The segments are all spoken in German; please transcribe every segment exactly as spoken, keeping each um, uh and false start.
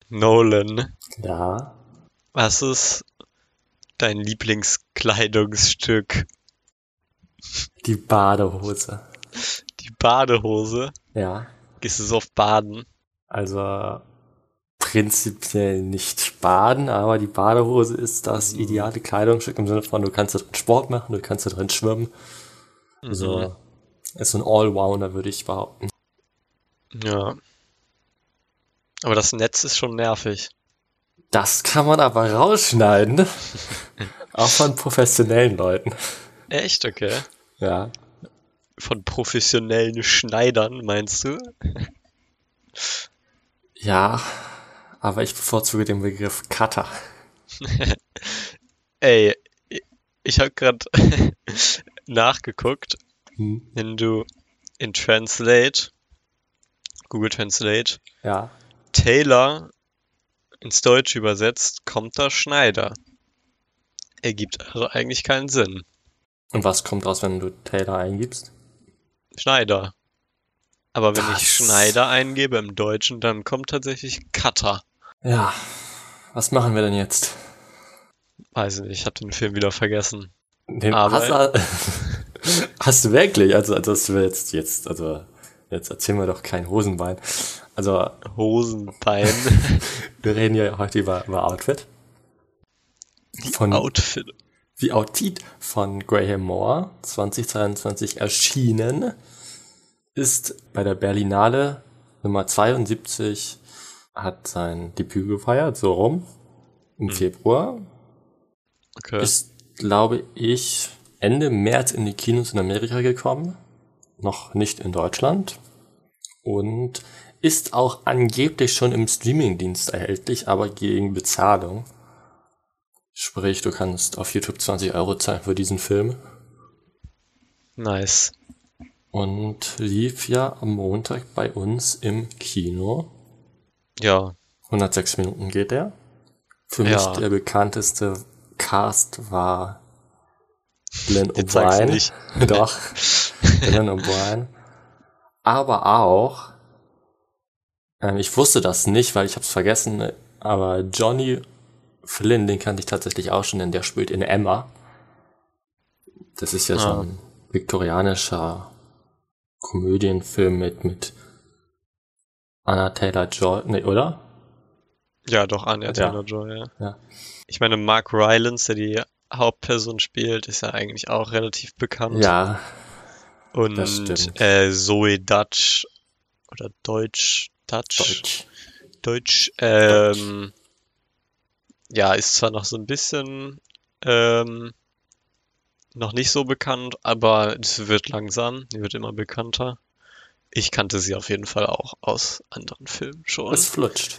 Nolan, Ja, was ist dein Lieblingskleidungsstück? die Badehose. Die Badehose? Ja, Gehst du so oft baden? also prinzipiell nicht baden, aber die Badehose ist das Mhm. ideale Kleidungsstück im Sinne von, du kannst da drin Sport machen, du kannst da drin schwimmen. Mhm. Also ist so ein Allrounder, würde ich behaupten. Ja, aber das Netz ist schon nervig. Das kann man aber rausschneiden, auch von professionellen Leuten. Echt, okay. Ja, Von professionellen Schneidern, meinst du? ja, aber ich bevorzuge den Begriff Cutter. Ey, ich habe gerade nachgeguckt, Hm. wenn du in Translate, Google Translate, Ja, Taylor ins Deutsche übersetzt, kommt da Schneider. Ergibt also eigentlich keinen Sinn. und was kommt raus, wenn du Taylor eingibst? Schneider. Aber wenn ich Das, Schneider eingebe im Deutschen, dann kommt tatsächlich Cutter. ja, was machen wir denn jetzt? Weiß ich nicht, ich habe den Film wieder vergessen. Den hast, Aber du- hast du wirklich? Also, also das wir jetzt, jetzt, also, jetzt erzählen wir doch kein Hosenbein. Also, Hosenbein, wir reden ja heute über, über Outfit. die Von, Outfit. wie Outfit von Graham Moore, zwanzig zweiundzwanzig erschienen, ist bei der Berlinale Nummer zweiundsiebzig, hat sein Debüt gefeiert, so rum, im Hm. Februar. Okay. Ist, glaube ich, Ende März in die Kinos in Amerika gekommen. Noch nicht in Deutschland. Und ist auch angeblich schon im Streamingdienst erhältlich, aber gegen Bezahlung. Sprich, du kannst auf YouTube zwanzig Euro zahlen für diesen Film. Nice. Und lief ja am Montag bei uns im Kino. Ja, hundertsechs Minuten geht er. Für mich ja. der bekannteste Cast war Glenn Jetzt sag's O'Brien. nicht. Doch, Glenn O'Brien. Aber auch, ähm, ich wusste das nicht, weil ich hab's vergessen, aber Johnny Flynn, den kannte ich tatsächlich auch schon, denn der spielt in Emma. Das ist ja so Ah, ein viktorianischer Komödienfilm mit, mit Anna Taylor-Joy, nee, oder? ja, doch, Anya Ja. Taylor-Joy, ja. Ja. Ich meine, Mark Rylance, der die Hauptperson spielt, ist ja eigentlich auch relativ bekannt. Ja, das Und stimmt. äh, Zoe Dutch oder Deutsch, Dutch, Deutsch. Deutsch, ähm, ja, ist zwar noch so ein bisschen ähm, noch nicht so bekannt, aber es wird langsam, die wird immer bekannter. Ich kannte sie auf jeden Fall auch aus anderen Filmen schon. Es flutscht.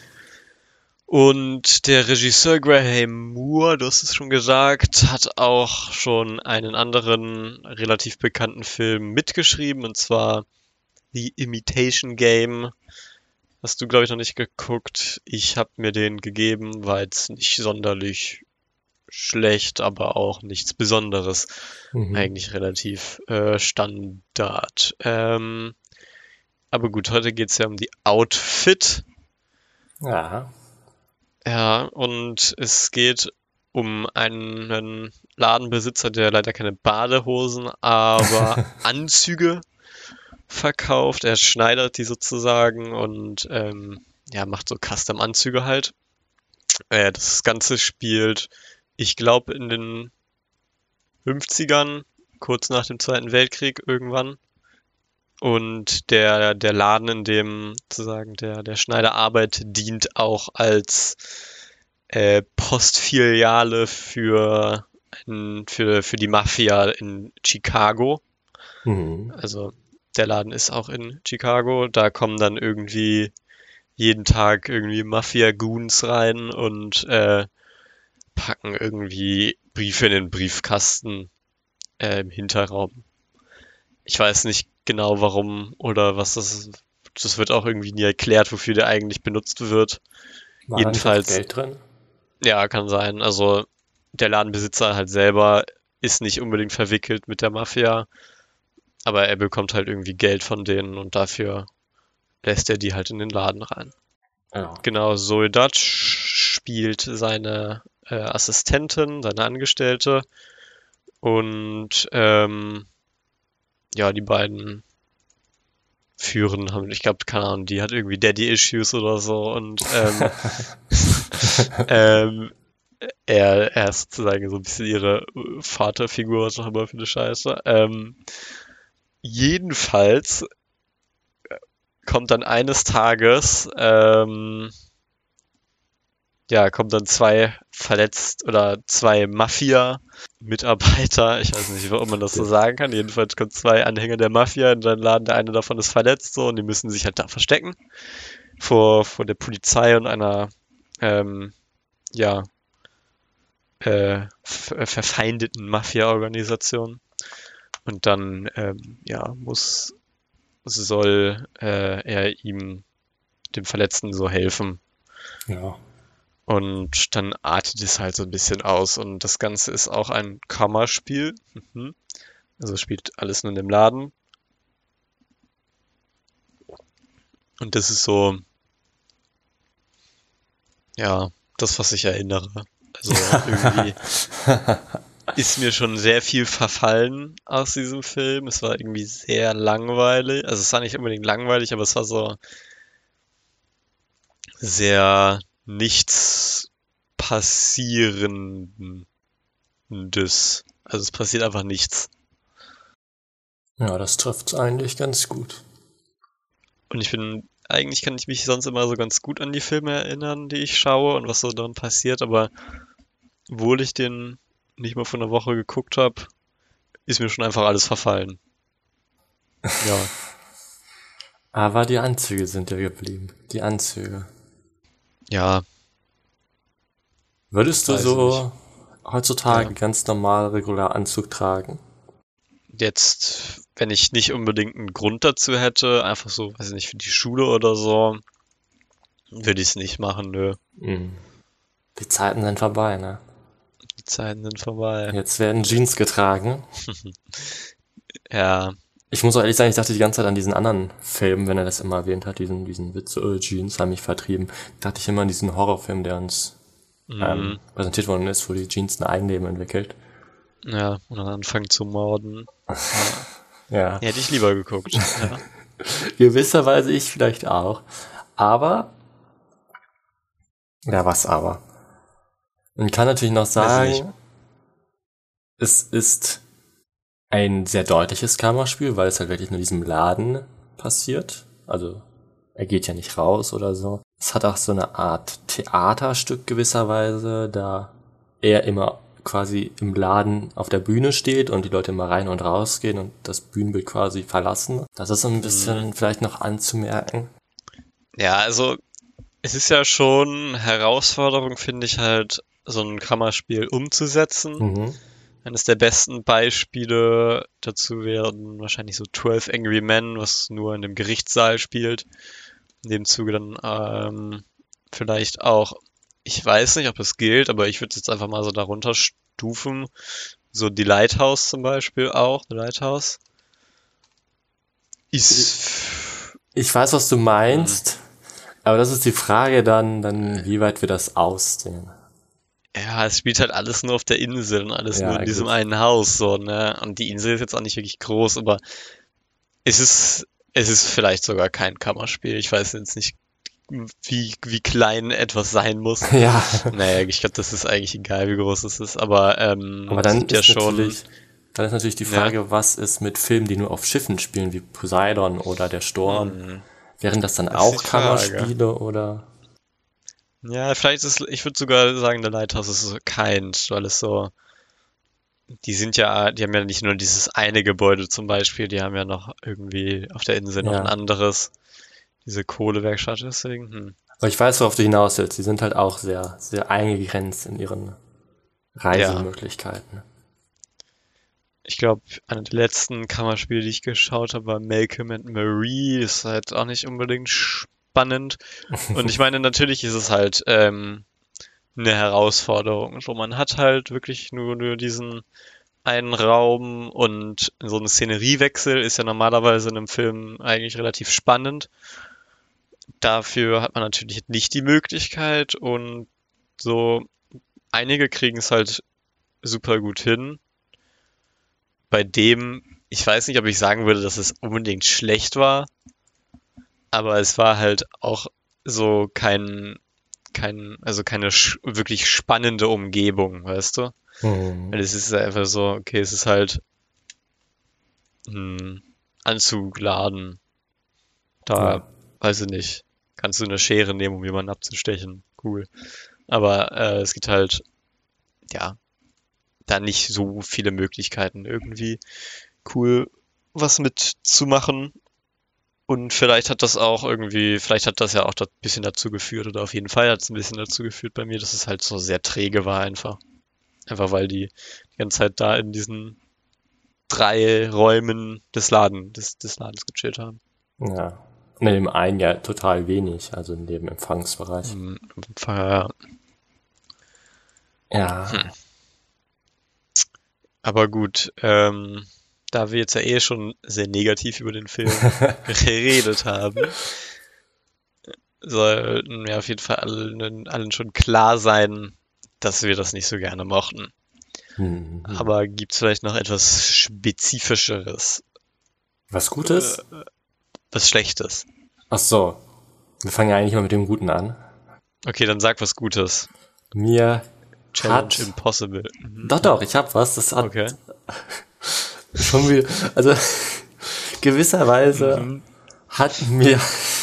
Und der Regisseur Graham Moore, du hast es schon gesagt, hat auch schon einen anderen relativ bekannten Film mitgeschrieben, und zwar The Imitation Game. Hast du, glaube ich, noch nicht geguckt. Ich habe mir den gegeben, war jetzt nicht sonderlich schlecht, aber auch nichts Besonderes. Mhm. Eigentlich relativ äh, Standard. Ähm, aber gut, heute geht's ja um die Outfit. Ja. Ja, und es geht um einen Ladenbesitzer, der leider keine Badehosen, aber Anzüge verkauft. Er schneidert die sozusagen und ähm, ja, macht so Custom-Anzüge halt. Äh, das Ganze spielt, ich glaube, in den fünfzigern, kurz nach dem Zweiten Weltkrieg irgendwann. Und der, der Laden, in dem sozusagen der, der Schneider arbeitet, dient auch als äh, Postfiliale für, ein, für, für die Mafia in Chicago. Mhm. Also der Laden ist auch in Chicago. Da kommen dann irgendwie jeden Tag irgendwie Mafia-Goons rein und äh, packen irgendwie Briefe in den Briefkasten äh, im Hinterraum. Ich weiß nicht genau warum oder was das ist. Das wird auch irgendwie nie erklärt, wofür der eigentlich benutzt wird. War da nicht auch Jedenfalls, Geld drin? ja, kann sein. Also der Ladenbesitzer halt selber ist nicht unbedingt verwickelt mit der Mafia, aber er bekommt halt irgendwie Geld von denen und dafür lässt er die halt in den Laden rein. Ja. Genau, Zoe Dutch spielt seine äh, Assistentin, seine Angestellte. Und ähm, ja, die beiden führen haben, ich glaube, keine Ahnung, die hat irgendwie Daddy-Issues oder so. Und ähm, ähm, er, er ist sozusagen so ein bisschen ihre Vaterfigur, was auch immer für eine Scheiße. Ähm, jedenfalls kommt dann eines Tages, ähm, ja, kommen dann zwei verletzt oder zwei Mafia-Mitarbeiter, ich weiß nicht, ob man das so sagen kann, jedenfalls kommen zwei Anhänger der Mafia in seinen Laden, der eine davon ist verletzt so und die müssen sich halt da verstecken vor, vor der Polizei und einer, ähm, ja, äh, ver- verfeindeten Mafia-Organisation. Und dann, ähm, ja, muss, soll äh, er ihm, dem Verletzten, so helfen. Ja. Und dann artet es halt so ein bisschen aus. Und das Ganze ist auch ein Kammerspiel. Mhm. Also spielt alles nur in dem Laden. Und das ist so, ja, das, was ich erinnere. Also irgendwie ist mir schon sehr viel verfallen aus diesem Film. Es war irgendwie sehr langweilig. Also es war nicht unbedingt langweilig, aber es war so sehr nichts Passierendes. Also es passiert einfach nichts. Ja, das trifft's eigentlich ganz gut. Und ich bin, eigentlich kann ich mich sonst immer so ganz gut an die Filme erinnern, die ich schaue und was so dann passiert, aber obwohl ich den nicht mal vor einer Woche geguckt habe, ist mir schon einfach alles verfallen. Ja, Aber die Anzüge sind ja geblieben. Die Anzüge. ja, Würdest du weiß ich nicht. so heutzutage Ja. ganz normal regulär Anzug tragen? Jetzt, wenn ich nicht unbedingt einen Grund dazu hätte, einfach so, weiß ich nicht, für die Schule oder so, würde ich es nicht machen, nö. Hm. Die Zeiten sind vorbei, ne? Die Zeiten sind vorbei. Jetzt werden Jeans getragen. Ja, Ich muss auch ehrlich sagen, ich dachte die ganze Zeit an diesen anderen Film, wenn er das immer erwähnt hat, diesen, diesen Witz, äh, Jeans haben mich vertrieben. Dachte ich immer an diesen Horrorfilm, der uns ähm, mhm. präsentiert worden ist, wo die Jeans ein Eigenleben entwickelt. Ja, und dann anfangen zu morden. Ja, Ja, hätte ich lieber geguckt. Ja. gewisserweise ich vielleicht auch. Aber, ja, was aber? Man kann natürlich noch Weiß ich nicht. sagen, es ist ein sehr deutliches Kammerspiel, weil es halt wirklich nur in diesem Laden passiert. Also er geht ja nicht raus oder so. Es hat auch so eine Art Theaterstück gewisserweise, da er immer quasi im Laden auf der Bühne steht und die Leute immer rein und rausgehen und das Bühnenbild quasi verlassen. Das ist so ein bisschen Mhm. vielleicht noch anzumerken. Ja, also es ist ja schon eine Herausforderung, finde ich halt, so ein Kammerspiel umzusetzen. Mhm. Eines der besten Beispiele dazu wären wahrscheinlich so zwölf Angry Men, was nur in dem Gerichtssaal spielt. In dem Zuge dann ähm, vielleicht auch, ich weiß nicht, ob es gilt, aber ich würde es jetzt einfach mal so darunter stufen. So die Lighthouse zum Beispiel auch. The Lighthouse ist, Ich weiß, was du meinst, aber das ist die Frage dann, dann, wie weit wir das ausdehnen. ja, es spielt halt alles nur auf der Insel und alles nur Ja, in diesem gut. einen Haus, so, ne? Und die Insel ist jetzt auch nicht wirklich groß, aber es ist, es ist vielleicht sogar kein Kammerspiel. Ich weiß jetzt nicht, wie, wie klein etwas sein muss. Ja, Naja, ich glaube, das ist eigentlich egal, wie groß es ist, aber ähm, aber es dann gibt ja ist schon, natürlich, dann ist natürlich die ja, Frage, was ist mit Filmen, die nur auf Schiffen spielen, wie Poseidon oder Der Sturm? hm, Wären das dann das ist auch die Frage. Kammerspiele oder? Ja, vielleicht ist, ich würde sogar sagen, der Lighthouse ist so keins, weil es so, die sind ja, die haben ja nicht nur dieses eine Gebäude zum Beispiel, die haben ja noch irgendwie auf der Insel noch ein Ja. anderes, diese Kohlewerkstatt, deswegen, hm. Aber ich weiß, worauf du hinaus willst. Die sind halt auch sehr, sehr eingegrenzt in ihren Ja, Reisemöglichkeiten. ich glaube, einer der letzten Kammerspiele, die ich geschaut habe, war Malcolm and Marie. Ist halt auch nicht unbedingt spannend. Und ich meine, natürlich ist es halt ähm, eine Herausforderung. So, man hat halt wirklich nur, nur diesen einen Raum und so ein Szeneriewechsel ist ja normalerweise in einem Film eigentlich relativ spannend. dafür hat man natürlich nicht die Möglichkeit und so einige kriegen es halt super gut hin. Bei dem, ich weiß nicht, ob ich sagen würde, dass es unbedingt schlecht war, aber es war halt auch so kein, kein, also keine sch- wirklich spannende Umgebung, weißt du? Mhm. Weil es ist einfach so, okay, es ist halt ein Anzugladen. Da, Ja. weiß ich nicht, kannst du eine Schere nehmen, um jemanden abzustechen. Cool. Aber äh, es gibt halt, ja, da nicht so viele Möglichkeiten irgendwie cool was mitzumachen. Und vielleicht hat das auch irgendwie, vielleicht hat das ja auch ein bisschen dazu geführt, oder auf jeden Fall hat es ein bisschen dazu geführt bei mir, dass es halt so sehr träge war einfach. Einfach weil die die ganze Zeit da in diesen drei Räumen des Laden, des, des Ladens gechillt haben. Ja. Und in dem einen ja total wenig, also in dem Empfangsbereich. Hm, ja, Ja. hm. Aber gut, ähm, da wir jetzt ja eh schon sehr negativ über den Film geredet haben, sollten mir auf jeden Fall allen, allen schon klar sein, dass wir das nicht so gerne mochten. Hm. Aber gibt es vielleicht noch etwas Spezifischeres, Was Gutes? was Schlechtes? Ach so. Wir fangen ja eigentlich mal mit dem Guten an. Okay, dann sag was Gutes. Mir Challenge hat... Impossible. Mhm. Doch, doch, ich hab was. Das hat Okay. schon wieder... Also, gewisserweise Mhm. hat mir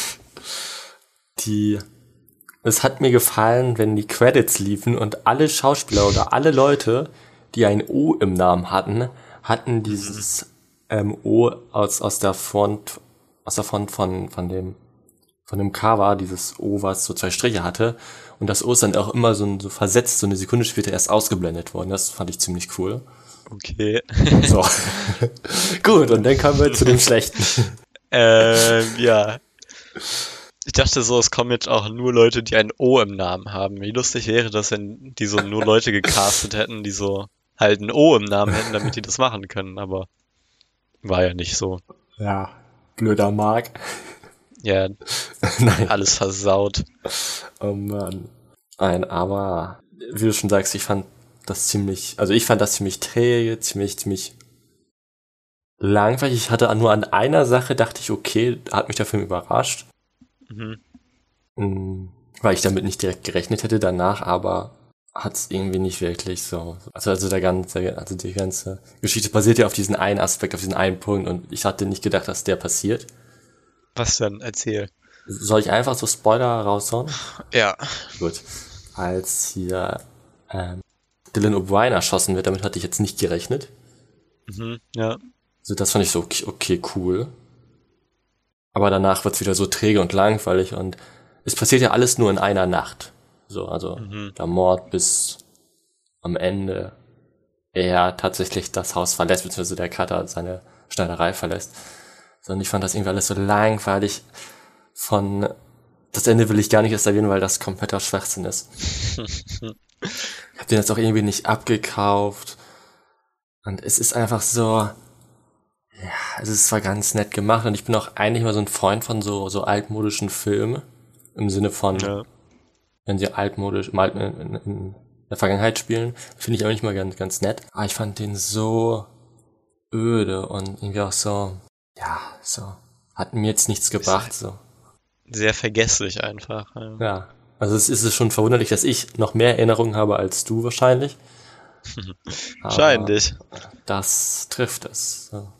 die... Es hat mir gefallen, wenn die Credits liefen und alle Schauspieler oder alle Leute, die ein O im Namen hatten, hatten dieses ähm, O aus, aus der Font, aus der Font von, von dem, von dem Cover, dieses O, was so zwei Striche hatte. Und das O ist dann auch immer so, so versetzt, so eine Sekunde später erst ausgeblendet worden. Das fand ich ziemlich cool. Okay. So. Gut, und dann kommen wir zu dem Schlechten. ähm, ja. Ich dachte so, es kommen jetzt auch nur Leute, die ein O im Namen haben. Wie lustig wäre das, wenn die so nur Leute gecastet hätten, die so halt ein O im Namen hätten, damit die das machen können. Aber war ja nicht so. Ja, blöder Mark. Ja, Nein. alles versaut. Oh Mann. Nein, aber wie du schon sagst, ich fand das ziemlich, also ich fand das ziemlich träge, ziemlich, ziemlich langweilig. Ich hatte nur an einer Sache, dachte ich, okay, hat mich der Film überrascht. Mhm. Mhm. Weil ich damit nicht direkt gerechnet hätte danach, aber hat es irgendwie nicht wirklich so. Also, also der ganze, also die ganze Geschichte basiert ja auf diesen einen Aspekt, auf diesen einen Punkt und ich hatte nicht gedacht, dass der passiert. Was denn? Erzähl. Soll ich einfach so Spoiler raushauen? Ja. Gut. Als hier ähm, Dylan O'Brien erschossen wird, damit hatte ich jetzt nicht gerechnet. Mhm. Ja. Also das fand ich so, okay, okay cool. Aber danach wird's wieder so träge und langweilig und es passiert ja alles nur in einer Nacht. So, also Mhm. der Mord bis am Ende er tatsächlich das Haus verlässt, beziehungsweise der Cutter seine Schneiderei verlässt. Sondern ich fand das irgendwie alles so langweilig. Von das Ende will ich gar nicht erst erwähnen, weil das kompletter Schwachsinn ist. Ich hab den jetzt auch irgendwie nicht abgekauft. Und es ist einfach so, ja, es ist zwar ganz nett gemacht und ich bin auch eigentlich mal so ein Freund von so, so altmodischen Filmen. Im Sinne von, Ja. wenn sie altmodisch, im Alt, in, in der Vergangenheit spielen, finde ich auch nicht mal ganz, ganz nett. Aber ich fand den so öde und irgendwie auch so, ja, so, hat mir jetzt nichts gebracht, so. Sehr vergesslich einfach. Ja. Ja, also es ist es schon verwunderlich, dass ich noch mehr Erinnerungen habe als du wahrscheinlich. Aber Wahrscheinlich. das trifft es. So.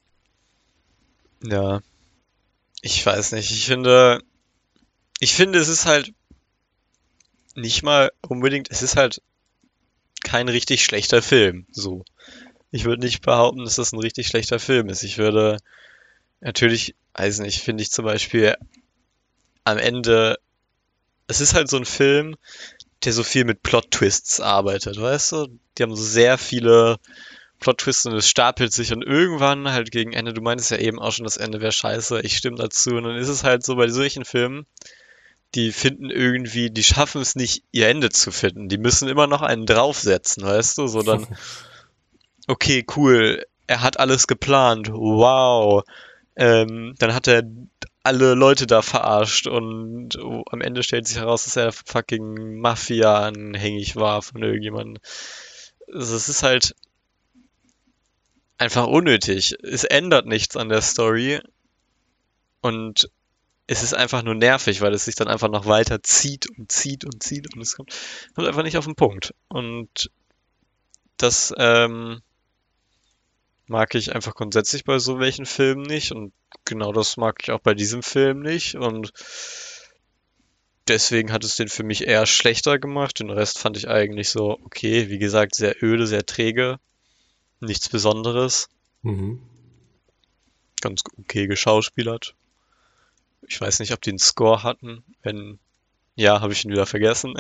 Ja. Ich weiß nicht. Ich finde, ich finde, es ist halt nicht mal unbedingt, es ist halt kein richtig schlechter Film. So. Ich würde nicht behaupten, dass das ein richtig schlechter Film ist. Ich würde natürlich, weiß nicht, finde ich zum Beispiel am Ende, es ist halt so ein Film, der so viel mit Plot-Twists arbeitet, weißt du? Die haben so sehr viele Plot-Twists und es stapelt sich und irgendwann halt gegen Ende, du meintest ja eben auch schon, das Ende wäre scheiße, ich stimme dazu. Und dann ist es halt so bei solchen Filmen, die finden irgendwie, die schaffen es nicht, ihr Ende zu finden. Die müssen immer noch einen draufsetzen, weißt du? So dann, okay, cool, er hat alles geplant, wow. Ähm, dann hat er alle Leute da verarscht und oh, am Ende stellt sich heraus, dass er fucking Mafia anhängig war von irgendjemandem. Also es ist halt einfach unnötig. Es ändert nichts an der Story und es ist einfach nur nervig, weil es sich dann einfach noch weiter zieht und zieht und zieht und es kommt, kommt einfach nicht auf den Punkt. Und das ähm, mag ich einfach grundsätzlich bei so welchen Filmen nicht und genau das mag ich auch bei diesem Film nicht und deswegen hat es den für mich eher schlechter gemacht. Den Rest fand ich eigentlich so okay. Wie gesagt, sehr öde, sehr träge. Nichts Besonderes. Mhm. Ganz okay geschauspielert. Ich weiß nicht, ob die einen Score hatten. Wenn ja, habe ich ihn wieder vergessen.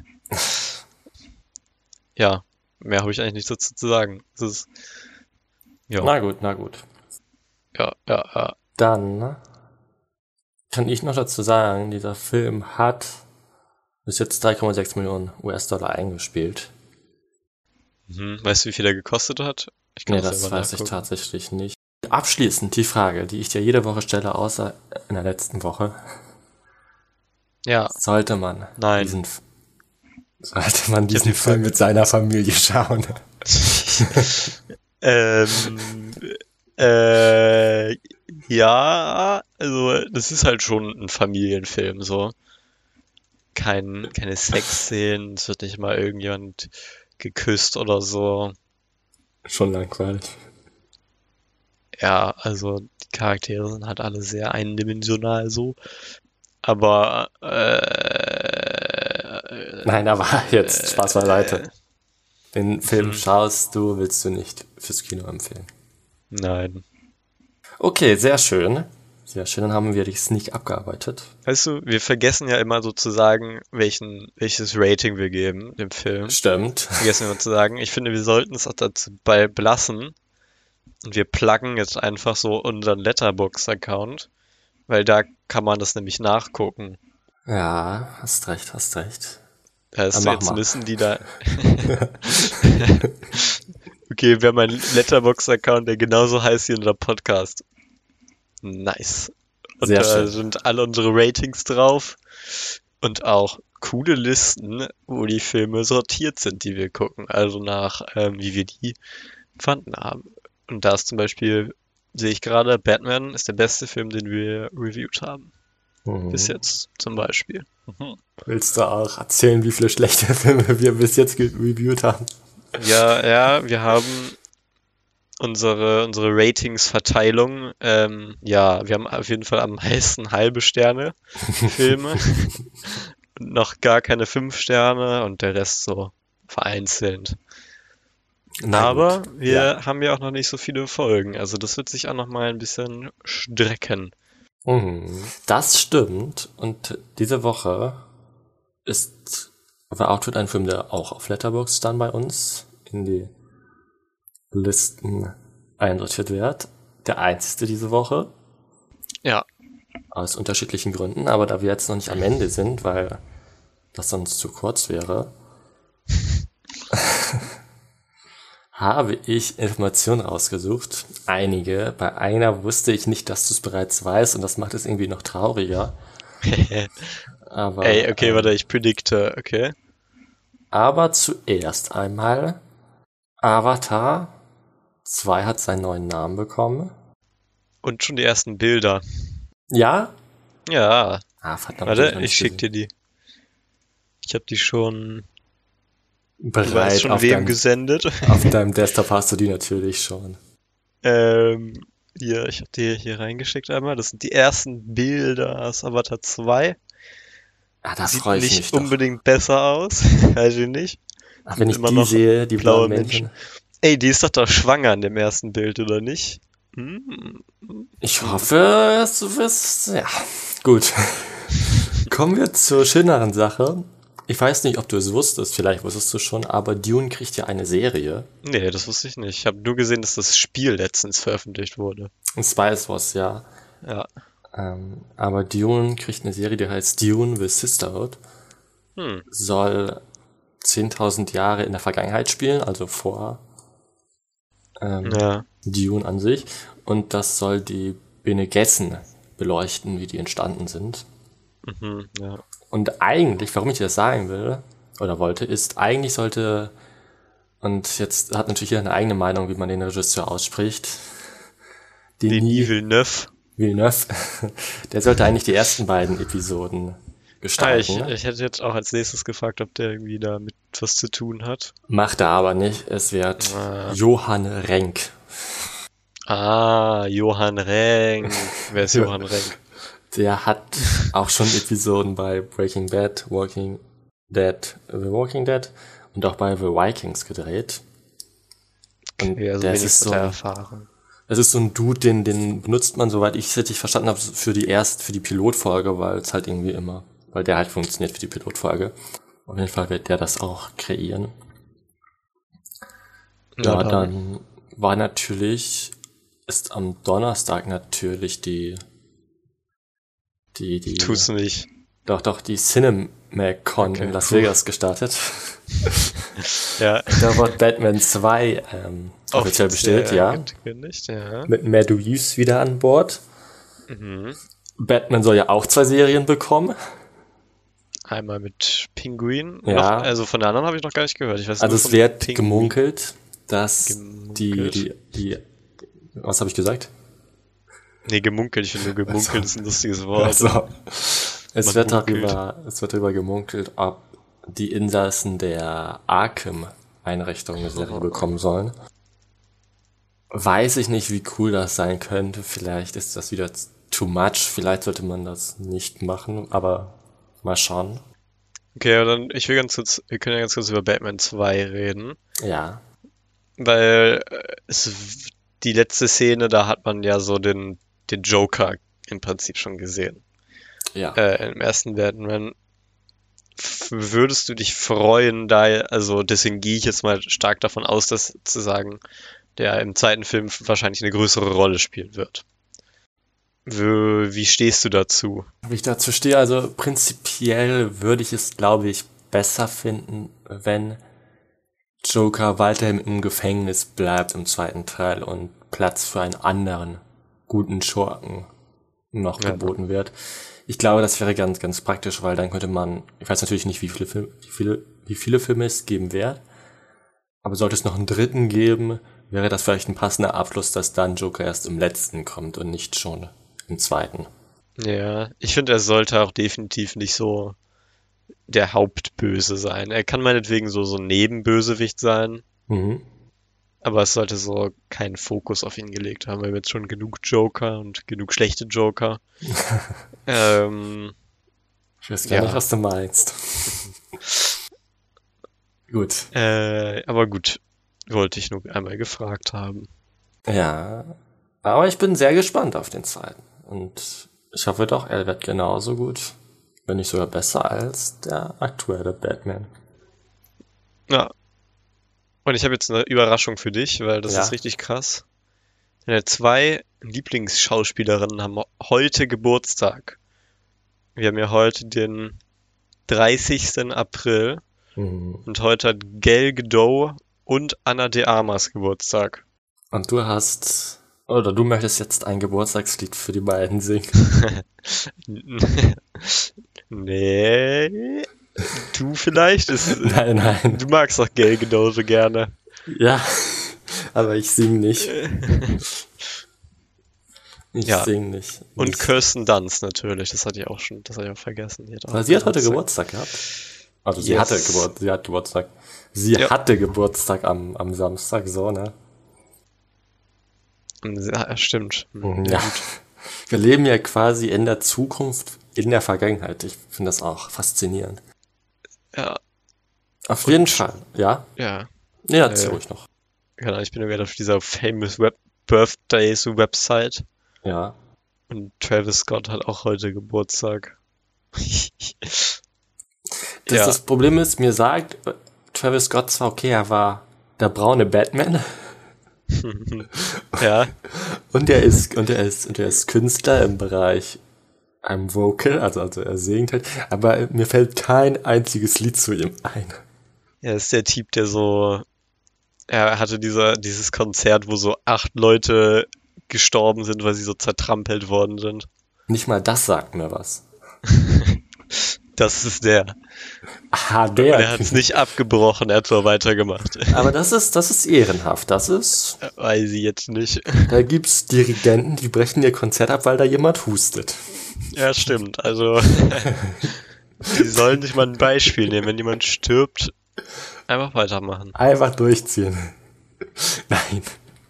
Ja, mehr habe ich eigentlich nicht dazu zu sagen. Es ist, ja, Na gut, na gut. ja, ja, ja. Dann kann ich noch dazu sagen, dieser Film hat bis jetzt drei Komma sechs Millionen U S-Dollar eingespielt. Mhm. Weißt du, wie viel der gekostet hat? Ich kann Nee, das das selber weiß ich nachgucken. tatsächlich nicht. Abschließend die Frage, die ich dir jede Woche stelle, außer in der letzten Woche. Ja, Sollte man nein. diesen, sollte man hab diesen die Film Frage. mit seiner Familie schauen? Ähm, äh, ja, also das ist halt schon ein Familienfilm, so. Kein, keine Sexszenen, es wird nicht mal irgendjemand geküsst oder so. Schon langweilig. Ja, also die Charaktere sind halt alle sehr eindimensional so. Aber äh, Nein, aber jetzt Spaß beiseite. äh, Den Film hm, schaust du, willst du nicht fürs Kino empfehlen. nein. Okay, sehr schön. Sehr schön, dann haben wir die Sneak abgearbeitet. Weißt du, wir vergessen ja immer so zu sagen, welchen, welches Rating wir geben dem Film. Stimmt. Vergessen wir immer zu sagen. Ich finde, wir sollten es auch dazu bei belassen. Und wir pluggen jetzt einfach so unseren Letterboxd-Account, weil da kann man das nämlich nachgucken. Ja, hast recht, hast recht. Weißt Dann du, mach jetzt mal. müssen die da. Okay, wir haben einen Letterboxd-Account, der genauso heißt wie unser Podcast. Nice. Und Sehr da schön. sind alle unsere Ratings drauf und auch coole Listen, wo die Filme sortiert sind, die wir gucken. Also nach, ähm, wie wir die fanden haben. Und da ist zum Beispiel, sehe ich gerade, Batman ist der beste Film, den wir reviewed haben. Bis Mhm. jetzt zum Beispiel. Mhm. Willst du auch erzählen, wie viele schlechte Filme wir bis jetzt gereviewt haben? Ja, ja, wir haben unsere, unsere Ratings-Verteilung. Ähm, ja, wir haben auf jeden Fall am meisten halbe Sterne Filme und noch gar keine fünf Sterne und der Rest so vereinzelt. Na Aber gut. wir Ja. haben ja auch noch nicht so viele Folgen, also das wird sich auch noch mal ein bisschen strecken. Mhm. Das stimmt. Und diese Woche ist The Outfit ein Film, der auch auf Letterboxd dann bei uns in die Listen einsortiert wird. Der einzige diese Woche. Ja, Aus unterschiedlichen Gründen. Aber da wir jetzt noch nicht am Ende sind, weil das sonst zu kurz wäre, habe ich Informationen rausgesucht. Einige. Bei einer wusste ich nicht, dass du es bereits weißt und das macht es irgendwie noch trauriger. Aber, ey, okay, ähm, warte, ich predikte, okay. aber zuerst einmal Avatar zwei hat seinen neuen Namen bekommen. Und schon die ersten Bilder. Ja? Ja, Ah, verdammt. hab ich warte, noch ich nicht schick gesehen. dir die. Ich habe die schon. Du weißt Bereit schon auf wem deinem, gesendet. auf deinem Desktop hast du die natürlich schon. Ähm, hier, ich habe die hier reingeschickt einmal. Das sind die ersten Bilder aus Avatar zwei. Ah, da Sieht freue ich mich nicht doch. unbedingt besser aus. Weiß ich nicht. Ach, wenn ich Immer die noch sehe, die blaue blauen Menschen. Männchen. Ey, die ist doch doch schwanger in dem ersten Bild, oder nicht? Hm. Ich hoffe, du wirst, ja, gut. Kommen wir zur schöneren Sache. Ich weiß nicht, ob du es wusstest, vielleicht wusstest du schon, aber Dune kriegt ja eine Serie. Nee, das wusste ich nicht. Ich habe nur gesehen, dass das Spiel letztens veröffentlicht wurde. Ein Spice Wars, ja. Ja. Ähm, aber Dune kriegt eine Serie, die heißt Dune the Sisterhood. Hm. Soll zehntausend Jahre in der Vergangenheit spielen, also vor ähm, Ja. Dune an sich. Und das soll die Bene Gesserit beleuchten, wie die entstanden sind. Mhm, ja. Und eigentlich, warum ich das sagen will, oder wollte, ist, eigentlich sollte, und jetzt hat natürlich jeder eine eigene Meinung, wie man den Regisseur ausspricht, Denis Villeneuve. Villeneuve, der sollte eigentlich die ersten beiden Episoden gestalten. Ah, ich, ich hätte jetzt auch als nächstes gefragt, ob der irgendwie damit was zu tun hat. Macht er aber nicht, es wird Ah. Johann Renck. Ah, Johann Renck. Wer ist Johann Renck? Der hat auch schon Episoden bei Breaking Bad, Walking Dead, The Walking Dead und auch bei The Vikings gedreht. Und Okay, also der wenig ist so, von der Erfahrung. das ist so ein Dude, den, den benutzt man, soweit ich es richtig verstanden habe, für die erst, für die Pilotfolge, weil es halt irgendwie immer, weil der halt funktioniert für die Pilotfolge. Auf jeden Fall wird der das auch kreieren. Ja, Ja, dann. dann war natürlich, ist am Donnerstag natürlich die, die, die, tut's nicht. doch, doch, die CinemaCon Okay, in Las puh. Vegas gestartet. Ja, Da wird Batman zwei ähm, offiziell bestellt, ja. angekündigt, ja. Mit Matt Reeves wieder an Bord. Mhm. Batman soll ja auch zwei Serien bekommen. Einmal mit Pinguin. Ja. Noch, also von der anderen habe ich noch gar nicht gehört. Ich weiß Also nur es von wird Pinguin. gemunkelt, dass Gemunkelt? die, die, die, was habe ich gesagt? Nee, gemunkelt. Ich finde nur gemunkelt ist ein lustiges Wort. Also, es Man wird munkelt. darüber, es wird darüber gemunkelt, ob die Insassen der Arkham-Einrichtung eine Serie bekommen sollen. Weiß ich nicht, wie cool das sein könnte. Vielleicht ist das wieder too much. Vielleicht sollte man das nicht machen, aber mal schauen. Okay, aber dann, ich will ganz kurz, wir können ja ganz kurz über Batman zwei reden. Ja, Weil äh, es, die letzte Szene, da hat man ja so den, den Joker im Prinzip schon gesehen. ja. Äh, im ersten Batman. F- Würdest du dich freuen, da, also deswegen gehe ich jetzt mal stark davon aus, dass zu sagen, der im zweiten Film wahrscheinlich eine größere Rolle spielen wird. Wie, wie stehst du dazu? Wie ich dazu stehe, also prinzipiell würde ich es, glaube ich, besser finden, wenn Joker weiterhin im Gefängnis bleibt im zweiten Teil und Platz für einen anderen guten Schurken noch Ja. geboten wird. Ich glaube, das wäre ganz, ganz praktisch, weil dann könnte man, ich weiß natürlich nicht, wie viele Filme, wie viele, wie viele Filme es geben wird, aber sollte es noch einen dritten geben, wäre das vielleicht ein passender Abschluss, dass dann Joker erst im letzten kommt und nicht schon im zweiten. Ja, ich finde, er sollte auch definitiv nicht so der Hauptböse sein. Er kann meinetwegen so, so ein Nebenbösewicht sein, Mhm. aber es sollte so keinen Fokus auf ihn gelegt haben. Wir haben jetzt schon genug Joker und genug schlechte Joker. ähm, Ich weiß gar Ja. nicht, was du meinst. Gut. äh, aber gut, wollte ich nur einmal gefragt haben. Ja, aber ich bin sehr gespannt auf den zweiten. Und ich hoffe doch, er wird genauso gut, wenn nicht sogar besser als der aktuelle Batman. Ja. Und ich habe jetzt eine Überraschung für dich, weil das Ja. ist richtig krass. Meine zwei Lieblingsschauspielerinnen haben heute Geburtstag. Wir haben ja heute den dreißigsten April Mhm. und heute hat Gal Gadot und Ana de Armas Geburtstag. Und du hast, oder du möchtest jetzt ein Geburtstagslied für die beiden singen. Nee, du vielleicht? Ist, Nein, nein. du magst doch Gal Gadot so gerne. Ja, aber ich sing nicht. Ich Ja. sing nicht. Und Nicht. Kirsten Dunst natürlich, das hatte ich auch schon, das hatte ich auch vergessen. Die hat, auch Aber sie hat heute Geburtstag gehabt. Also sie Yes. hatte Geburt, sie hat Geburtstag. Sie Ja. hatte Geburtstag am, am Samstag, so, ne? Ja, stimmt. Hm, Ja. Wir leben ja quasi in der Zukunft, in der Vergangenheit. Ich finde das auch faszinierend. Ja, Auf jeden Fall, ja. ja. Nee, erzähl Äh. ruhig noch. Genau, ich bin ja gerade auf dieser Famous Web Birthdays Website Ja. und Travis Scott hat auch heute Geburtstag. Das, Ja. das Problem ist, mir sagt Travis Scott zwar, okay, er war der braune Batman Ja, und er ist, und er ist, und er ist Künstler im Bereich einem Vocal, also, also er singt halt, aber mir fällt kein einziges Lied zu ihm ein. er ist der Typ, der so, er hatte dieser, dieses Konzert, wo so acht Leute gestorben sind, weil sie so zertrampelt worden sind. Nicht mal das sagt mir was. Das ist der. Ah, Und der. er hat es nicht abgebrochen, er hat zwar weitergemacht. Aber das ist, das ist ehrenhaft. Das ist. Weiß ich jetzt nicht. Da gibt's Dirigenten, die brechen ihr Konzert ab, weil da jemand hustet. Ja, stimmt. Also, die sollen sich mal ein Beispiel nehmen. Wenn jemand stirbt, einfach weitermachen. Einfach durchziehen. Nein.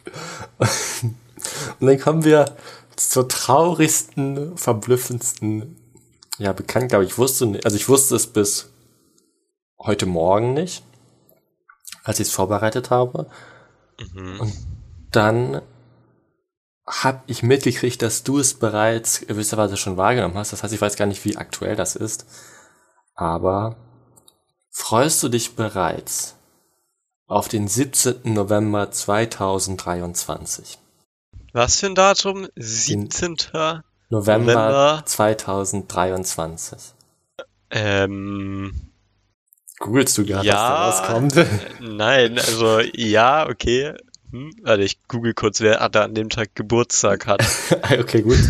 Und dann kommen wir zur traurigsten, verblüffendsten, ja, bekannt, glaube ich, wusste nicht, also ich wusste es bis heute Morgen nicht, als ich es vorbereitet habe. Mhm. Und dann habe ich mitgekriegt, dass du es bereits gewisserweise schon wahrgenommen hast. Das heißt, ich weiß gar nicht, wie aktuell das ist. Aber freust du dich bereits auf den siebzehnten November zweitausenddreiundzwanzig? Was für ein Datum? siebzehnten November, November zweitausenddreiundzwanzig. Ähm, Googlest du gerade, ja, was da rauskommt? äh, nein, also ja, okay. Hm, warte, ich google kurz, wer da an dem Tag Geburtstag hat. Okay, gut.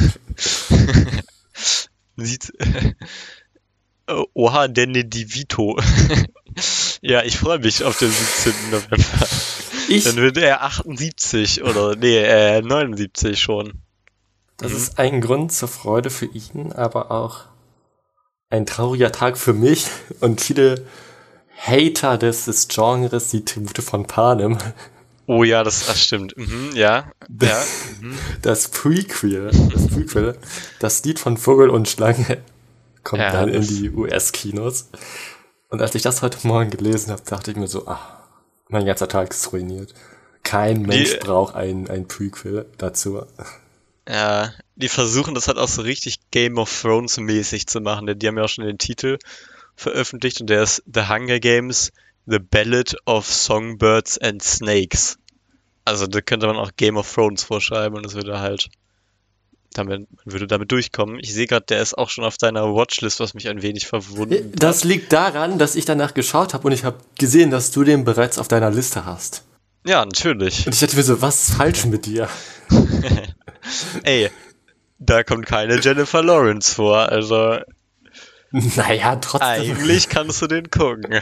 Sieht, oh, oha, Danny DeVito. Ja, ich freue mich auf den siebzehnten November. Ich, Dann wird er achtundsiebzig oder, nee, äh, neunundsiebzig schon. das Mhm. ist ein Grund zur Freude für ihn, aber auch ein trauriger Tag für mich und viele Hater des, des Genres, die Tribute von Panem. Oh ja, das, das stimmt. Mhm, ja, ja. Mhm. Das Prequel, das Prequel, das Lied von Vogel und Schlange kommt Ja, dann in das- die U S-Kinos. Und als ich das heute Morgen gelesen habe, dachte ich mir so, ah, mein ganzer Tag ist ruiniert. Kein Mensch Die- braucht ein, ein Prequel dazu. Ja, die versuchen das halt auch so richtig Game of Thrones mäßig zu machen, denn die haben ja auch schon den Titel veröffentlicht und der ist The Hunger Games, The Ballad of Songbirds and Snakes. Also da könnte man auch Game of Thrones vorschreiben und es würde halt damit, man würde damit durchkommen. Ich sehe gerade, der ist auch schon auf deiner Watchlist, was mich ein wenig verwundert. Das liegt daran, dass ich danach geschaut habe und ich habe gesehen, dass du den bereits auf deiner Liste hast. Ja, natürlich. Und ich dachte mir so, was ist falsch mit dir? Ey, da kommt keine Jennifer Lawrence vor, also Naja, trotzdem. eigentlich kannst du den gucken.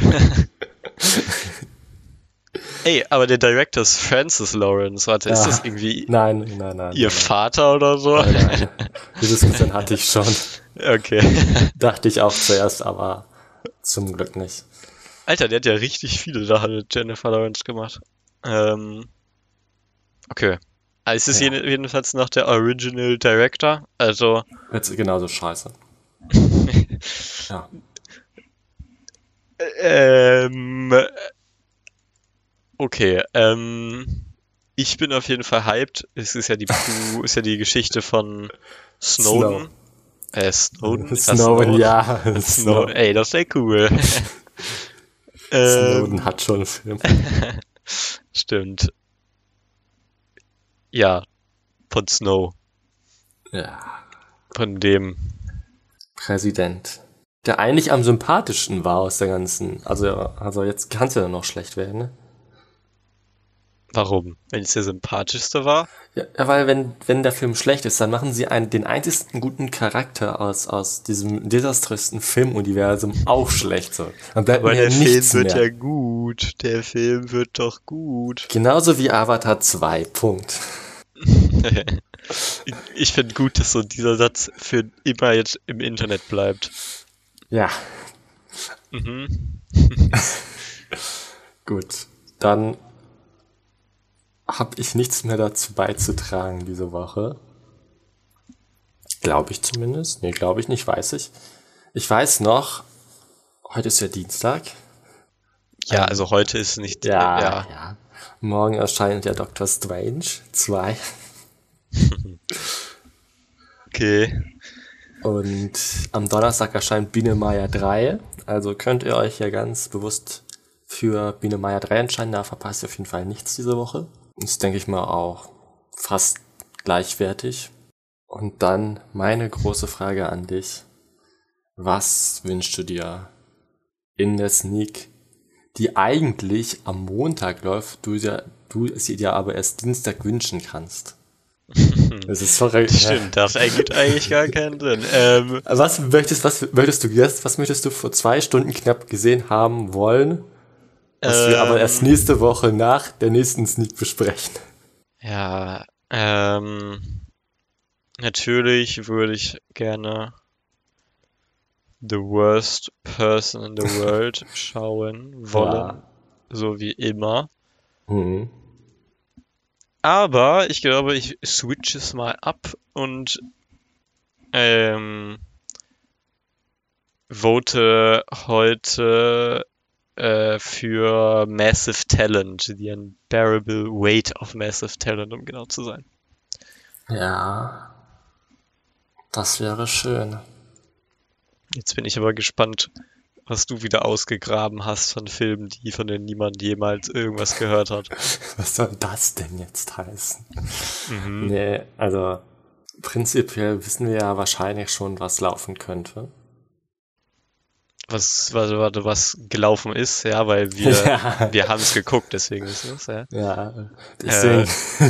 Ey, aber der Director ist Francis Lawrence. Warte, ist Ja. das irgendwie Nein, nein, nein. ihr nein, Vater oder so? nein, nein. Die Diskussion hatte ich schon. Okay. Dachte ich auch zuerst, aber zum Glück nicht. Alter, der hat ja richtig viele Sachen mit Jennifer Lawrence gemacht. Ähm, okay. Also es ist Ja. jeden- jedenfalls noch der Original Director. Also, Jetzt genauso scheiße. Ja. ähm, okay, ähm, ich bin auf jeden Fall hyped. Es ist ja die, Pu- ist ja die Geschichte von Snowden. Äh, Snowden? Ist das Snowden, ja. Snowden, Snowden. ey, das wäre cool. ähm, Snowden hat schon einen Film. Stimmt. Ja, von Snow. Ja. Von dem. Präsident. Der eigentlich am sympathischsten war aus der ganzen. Also, also jetzt kann es ja noch schlecht werden, ne? Warum? Wenn es der sympathischste war? Ja, ja, weil wenn, wenn der Film schlecht ist, dann machen sie einen, den einzigsten guten Charakter aus, aus diesem desaströsen Filmuniversum auch schlecht. So. Dann bleibt Aber mir der Film nichts wird mehr. ja gut. Der Film wird doch gut. Genauso wie Avatar zwei. Punkt. Ich finde gut, dass so dieser Satz für immer jetzt im Internet bleibt. Ja, Mhm. gut. Dann habe ich nichts mehr dazu beizutragen diese Woche. Glaube ich zumindest. Nee, glaube ich nicht, weiß ich. Ich weiß noch, heute ist ja Dienstag. Ja, also heute ist nicht. Ja, äh, ja. ja. Morgen erscheint ja Doctor Strange zwei. Okay. Und am Donnerstag erscheint Biene Maya drei. Also könnt ihr euch ja ganz bewusst für Biene Maya drei entscheiden. Da verpasst ihr auf jeden Fall nichts diese Woche. Ist, denke ich mal, auch fast gleichwertig. Und dann meine große Frage an dich. Was wünschst du dir in der Sneak, die eigentlich am Montag läuft, du, ja, du sie dir aber erst Dienstag wünschen kannst? Das ist verrückt. Stimmt, das ergibt eigentlich gar keinen Sinn. Ähm, Was möchtest, was möchtest du jetzt, was möchtest du vor zwei Stunden knapp gesehen haben wollen, was wir aber erst ähm, nächste Woche nach der nächsten Sneak besprechen? ja, ähm, natürlich würde ich gerne The Worst Person in the World schauen wollen, Ja. so wie immer. Mhm. Aber ich glaube, ich switch es mal ab und ähm, vote heute äh, für Massive Talent, The Unbearable Weight of Massive Talent, um genau zu sein. Ja, das wäre schön. Jetzt bin ich aber gespannt, was du wieder ausgegraben hast von Filmen, die von denen niemand jemals irgendwas gehört hat. Was soll das denn jetzt heißen? Mhm. Nee, also prinzipiell wissen wir ja wahrscheinlich schon, was laufen könnte. Was, warte, warte, was gelaufen ist, ja, weil wir, Ja. wir haben es geguckt, deswegen ist es, ja. Ja, deswegen.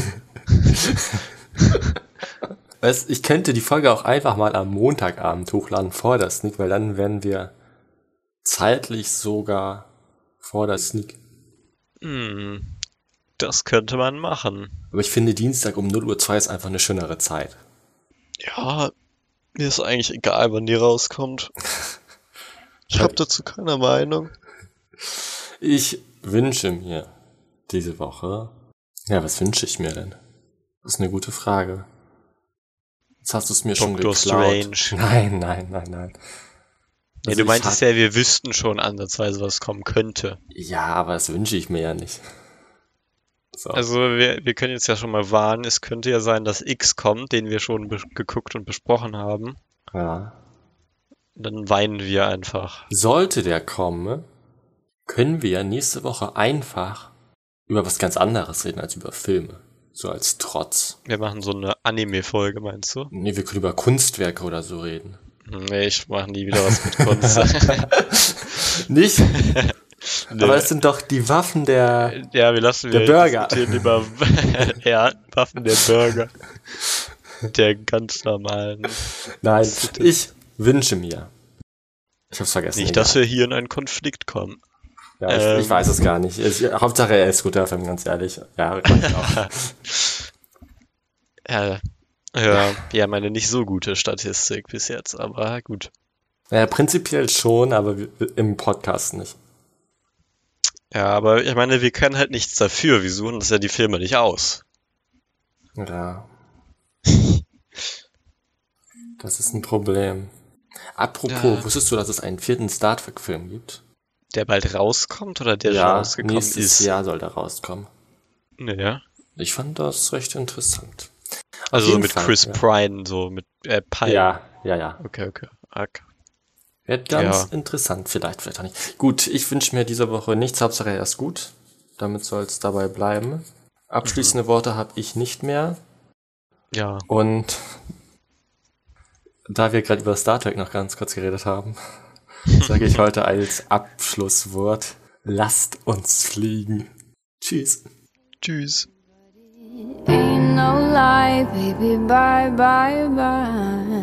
Weißt, ich könnte die Folge auch einfach mal am Montagabend hochladen vor der Sneak, weil dann wären wir zeitlich sogar vor der Sneak. Hm, das könnte man machen. Aber ich finde, Dienstag um null Uhr zwei ist einfach eine schönere Zeit. Ja, mir ist eigentlich egal, wann die rauskommt. Ich habe dazu keine Meinung. Ich wünsche mir diese Woche... Ja, was wünsche ich mir denn? Das ist eine gute Frage. Jetzt hast du es mir schon Doctor geklaut. Strange. Nein, nein, nein, nein. Ja, Also du ich meintest hab- ja, wir wüssten schon ansatzweise, was kommen könnte. Ja, aber das wünsche ich mir ja nicht. So. Also wir, wir können jetzt ja schon mal warnen, es könnte ja sein, dass X kommt, den wir schon be- geguckt und besprochen haben. Ja. Dann weinen wir einfach. Sollte der kommen, können wir nächste Woche einfach über was ganz anderes reden als über Filme. So als Trotz. Wir machen so eine Anime-Folge, meinst du? Nee, wir können über Kunstwerke oder so reden. Nee, ich mache nie wieder was mit Kunst. Nicht? Nee. Aber es sind doch die Waffen der... Ja, wir lassen Der wir Burger. diskutieren über ja, Waffen der Burger. Der ganz normalen. Nein, ich wünsche mir. Ich hab's vergessen. Nicht, egal. dass wir hier in einen Konflikt kommen. Ja, ich, ähm, ich weiß es gar nicht. Ich, Hauptsache er ist guter Film, ganz ehrlich. Ja, reicht auch. Ja, ja, ja, meine nicht so gute Statistik bis jetzt, aber gut. Ja, prinzipiell schon, aber wir- im Podcast nicht. Ja, aber ich meine, wir können halt nichts dafür. Wir suchen uns ja die Filme nicht aus. Ja. Das ist ein Problem. Apropos, Ja. wusstest du, dass es einen vierten Star Trek-Film gibt? Der bald rauskommt oder der schon Ja, rausgekommen nächstes ist? Jahr soll der rauskommen. Ja. Ich fand das recht interessant. Auf Also jeden mit Fall, Chris ja. Pine, so mit äh, Pine. Ja, ja, ja. Okay, okay. okay. Wird ganz Ja. interessant, vielleicht, vielleicht auch nicht. Gut, ich wünsche mir diese Woche nichts, Hauptsache er ist gut. Damit soll es dabei bleiben. Abschließende Worte habe ich nicht mehr. Ja. Und da wir gerade über Star Trek noch ganz kurz geredet haben, sage ich heute als Abschlusswort, lasst uns fliegen. Tschüss. Tschüss. Ain't no lie, baby, bye, bye, bye.